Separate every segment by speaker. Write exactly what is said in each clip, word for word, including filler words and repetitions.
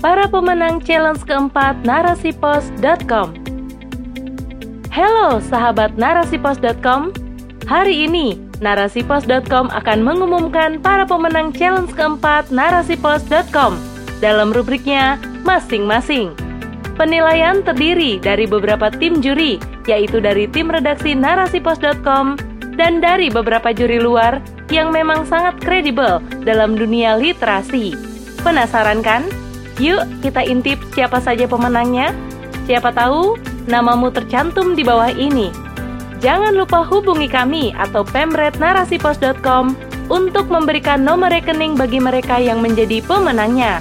Speaker 1: para pemenang challenge keempat narasipos dot com. Halo sahabat narasipos dot com. Hari ini narasipos dot com akan mengumumkan para pemenang challenge keempat narasipos dot com dalam rubriknya masing-masing. Penilaian terdiri dari beberapa tim juri, yaitu dari tim redaksi narasipos dot com dan dari beberapa juri luar yang memang sangat kredibel dalam dunia literasi. Penasaran kan? Yuk kita intip siapa saja pemenangnya. Siapa tahu namamu tercantum di bawah ini. Jangan lupa hubungi kami atau pemret narasipos dot com untuk memberikan nomor rekening bagi mereka yang menjadi pemenangnya.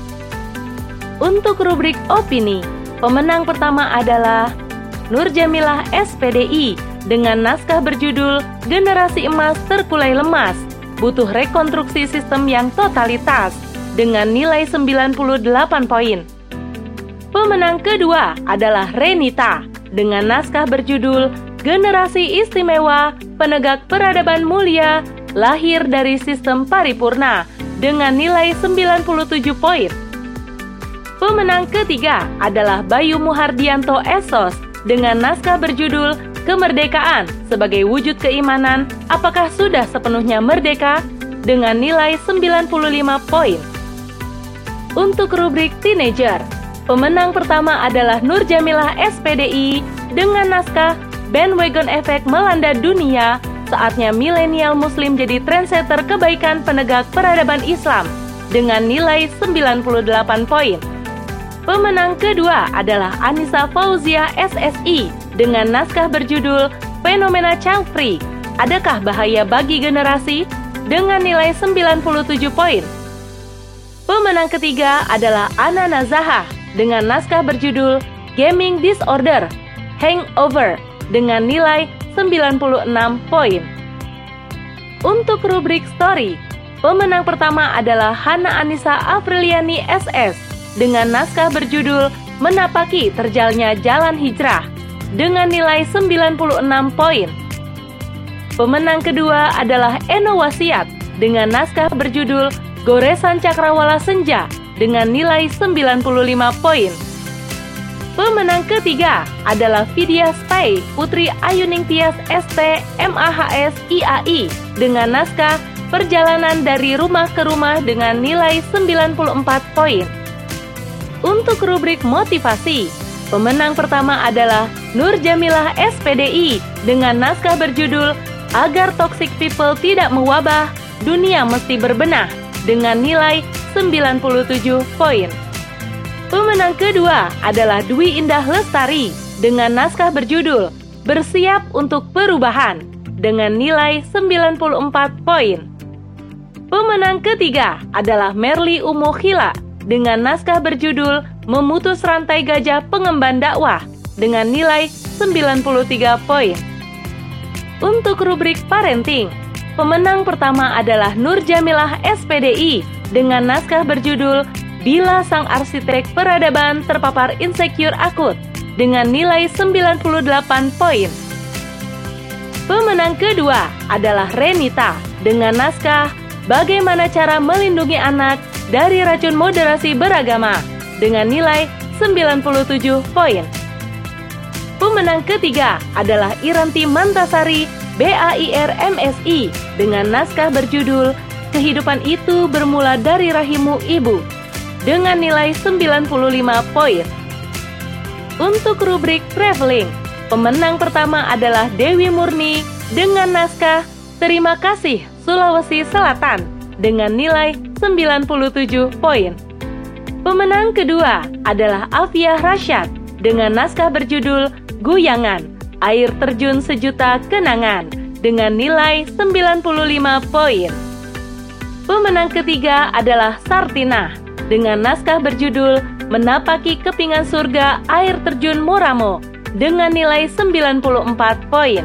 Speaker 1: Untuk rubrik opini, pemenang pertama adalah Nur Jamilah S P D I dengan naskah berjudul Generasi Emas Terkulai Lemas, Butuh Rekonstruksi Sistem yang Totalitas dengan nilai sembilan puluh delapan poin. Pemenang kedua adalah Renita dengan naskah berjudul Generasi Istimewa Penegak Peradaban Mulia Lahir dari Sistem Paripurna dengan nilai sembilan puluh tujuh poin. Pemenang ketiga adalah Bayu Muhardianto Esos dengan naskah berjudul Kemerdekaan sebagai Wujud Keimanan, Apakah Sudah Sepenuhnya Merdeka dengan nilai sembilan puluh lima poin. Untuk rubrik teenager, pemenang pertama adalah Nur Jamilah S P D I dengan naskah Bandwagon Effect Melanda Dunia, Saatnya Milenial Muslim Jadi Trendsetter Kebaikan Penegak Peradaban Islam dengan nilai sembilan puluh delapan poin. Pemenang kedua adalah Anissa Fauzia S S I dengan naskah berjudul Fenomena Child Free, Adakah Bahaya Bagi Generasi dengan nilai sembilan puluh tujuh poin. Pemenang ketiga adalah Ana Nazahah dengan naskah berjudul Gaming Disorder, Hangover dengan nilai sembilan puluh enam poin. Untuk rubrik story, pemenang pertama adalah Hana Anissa Apriliani S S dengan naskah berjudul Menapaki Terjalnya Jalan Hijrah dengan nilai sembilan puluh enam poin. Pemenang kedua adalah Eno Wasiat dengan naskah berjudul Goresan Cakrawala Senja dengan nilai sembilan puluh lima poin. Pemenang ketiga adalah Vidya Spai Putri Ayuning Tias S T M A H S I A I dengan naskah Perjalanan dari Rumah ke Rumah dengan nilai sembilan puluh empat poin. Untuk rubrik motivasi, pemenang pertama adalah Nur Jamilah S P D I dengan naskah berjudul Agar Toxic People Tidak Mewabah, Dunia Mesti Berbenah dengan nilai sembilan puluh tujuh poin. Pemenang kedua adalah Dwi Indah Lestari dengan naskah berjudul Bersiap untuk Perubahan dengan nilai sembilan puluh empat poin. Pemenang ketiga adalah Merly Umo Khila dengan naskah berjudul Memutus Rantai Gajah Pengemban Dakwah dengan nilai sembilan puluh tiga poin. Untuk rubrik parenting, pemenang pertama adalah Nur Jamilah S P D I dengan naskah berjudul Bila Sang Arsitek Peradaban Terpapar Insecure Akut dengan nilai sembilan puluh delapan poin. Pemenang kedua adalah Renita dengan naskah Bagaimana Cara Melindungi Anak dari Racun Moderasi Beragama dengan nilai sembilan puluh tujuh poin. Pemenang ketiga adalah Iranti Mantasari B A I R M S I dengan naskah berjudul Kehidupan Itu Bermula dari Rahimmu Ibu dengan nilai sembilan puluh lima poin. Untuk rubrik traveling, pemenang pertama adalah Dewi Murni dengan naskah Terima Kasih Sulawesi Selatan dengan nilai sembilan puluh tujuh poin. Pemenang kedua adalah Afiah Rasyad dengan naskah berjudul Guyangan, Air Terjun Sejuta Kenangan dengan nilai sembilan puluh lima poin. Pemenang ketiga adalah Sartina dengan naskah berjudul Menapaki Kepingan Surga Air Terjun Moramo dengan nilai sembilan puluh empat poin.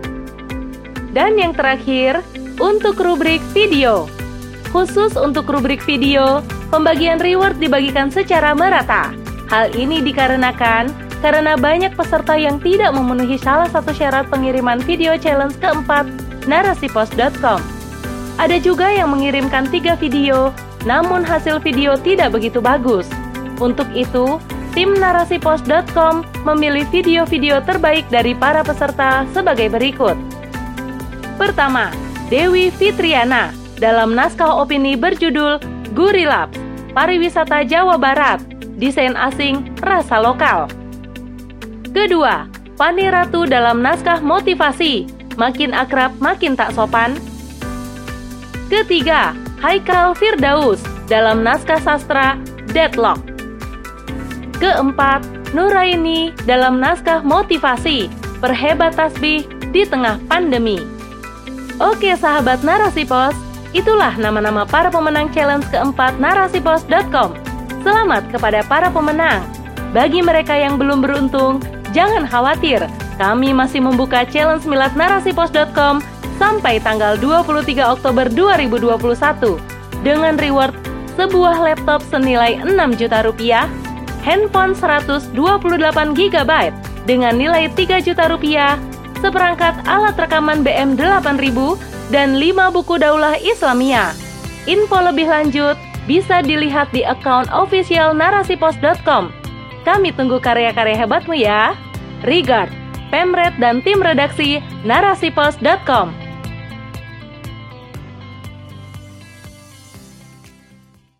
Speaker 1: Dan yang terakhir, untuk rubrik video. Khusus untuk rubrik video, pembagian reward dibagikan secara merata. Hal ini dikarenakan karena banyak peserta yang tidak memenuhi salah satu syarat pengiriman video challenge keempat narasipos dot com. Ada juga yang mengirimkan tiga video, namun hasil video tidak begitu bagus. Untuk itu, tim narasi pos dot com memilih video-video terbaik dari para peserta sebagai berikut. Pertama, Dewi Fitriana dalam naskah opini berjudul Gurilabs, Pariwisata Jawa Barat, Desain Asing, Rasa Lokal. Kedua, Fani Ratu dalam naskah motivasi, Makin Akrab Makin Tak Sopan. Ketiga, Haikal Firdaus dalam naskah sastra Deadlock. Keempat, Nuraini dalam naskah motivasi, Perhebat Tasbih di Tengah Pandemi. Oke sahabat Narasi Pos, itulah nama-nama para pemenang challenge keempat narasi pos dot com. Selamat kepada para pemenang. Bagi mereka yang belum beruntung, jangan khawatir, kami masih membuka challenge Milad Narasi Pos dot com sampai tanggal dua puluh tiga Oktober dua ribu dua puluh satu dengan reward sebuah laptop senilai enam juta rupiah, handphone seratus dua puluh delapan giga byte dengan nilai tiga juta rupiah, seperangkat alat rekaman B M delapan ribu, dan lima buku daulah Islamiyah. Info lebih lanjut bisa dilihat di akun official narasi pos dot com. Kami tunggu karya-karya hebatmu ya. Regard, Pemret dan tim redaksi narasi pos dot com.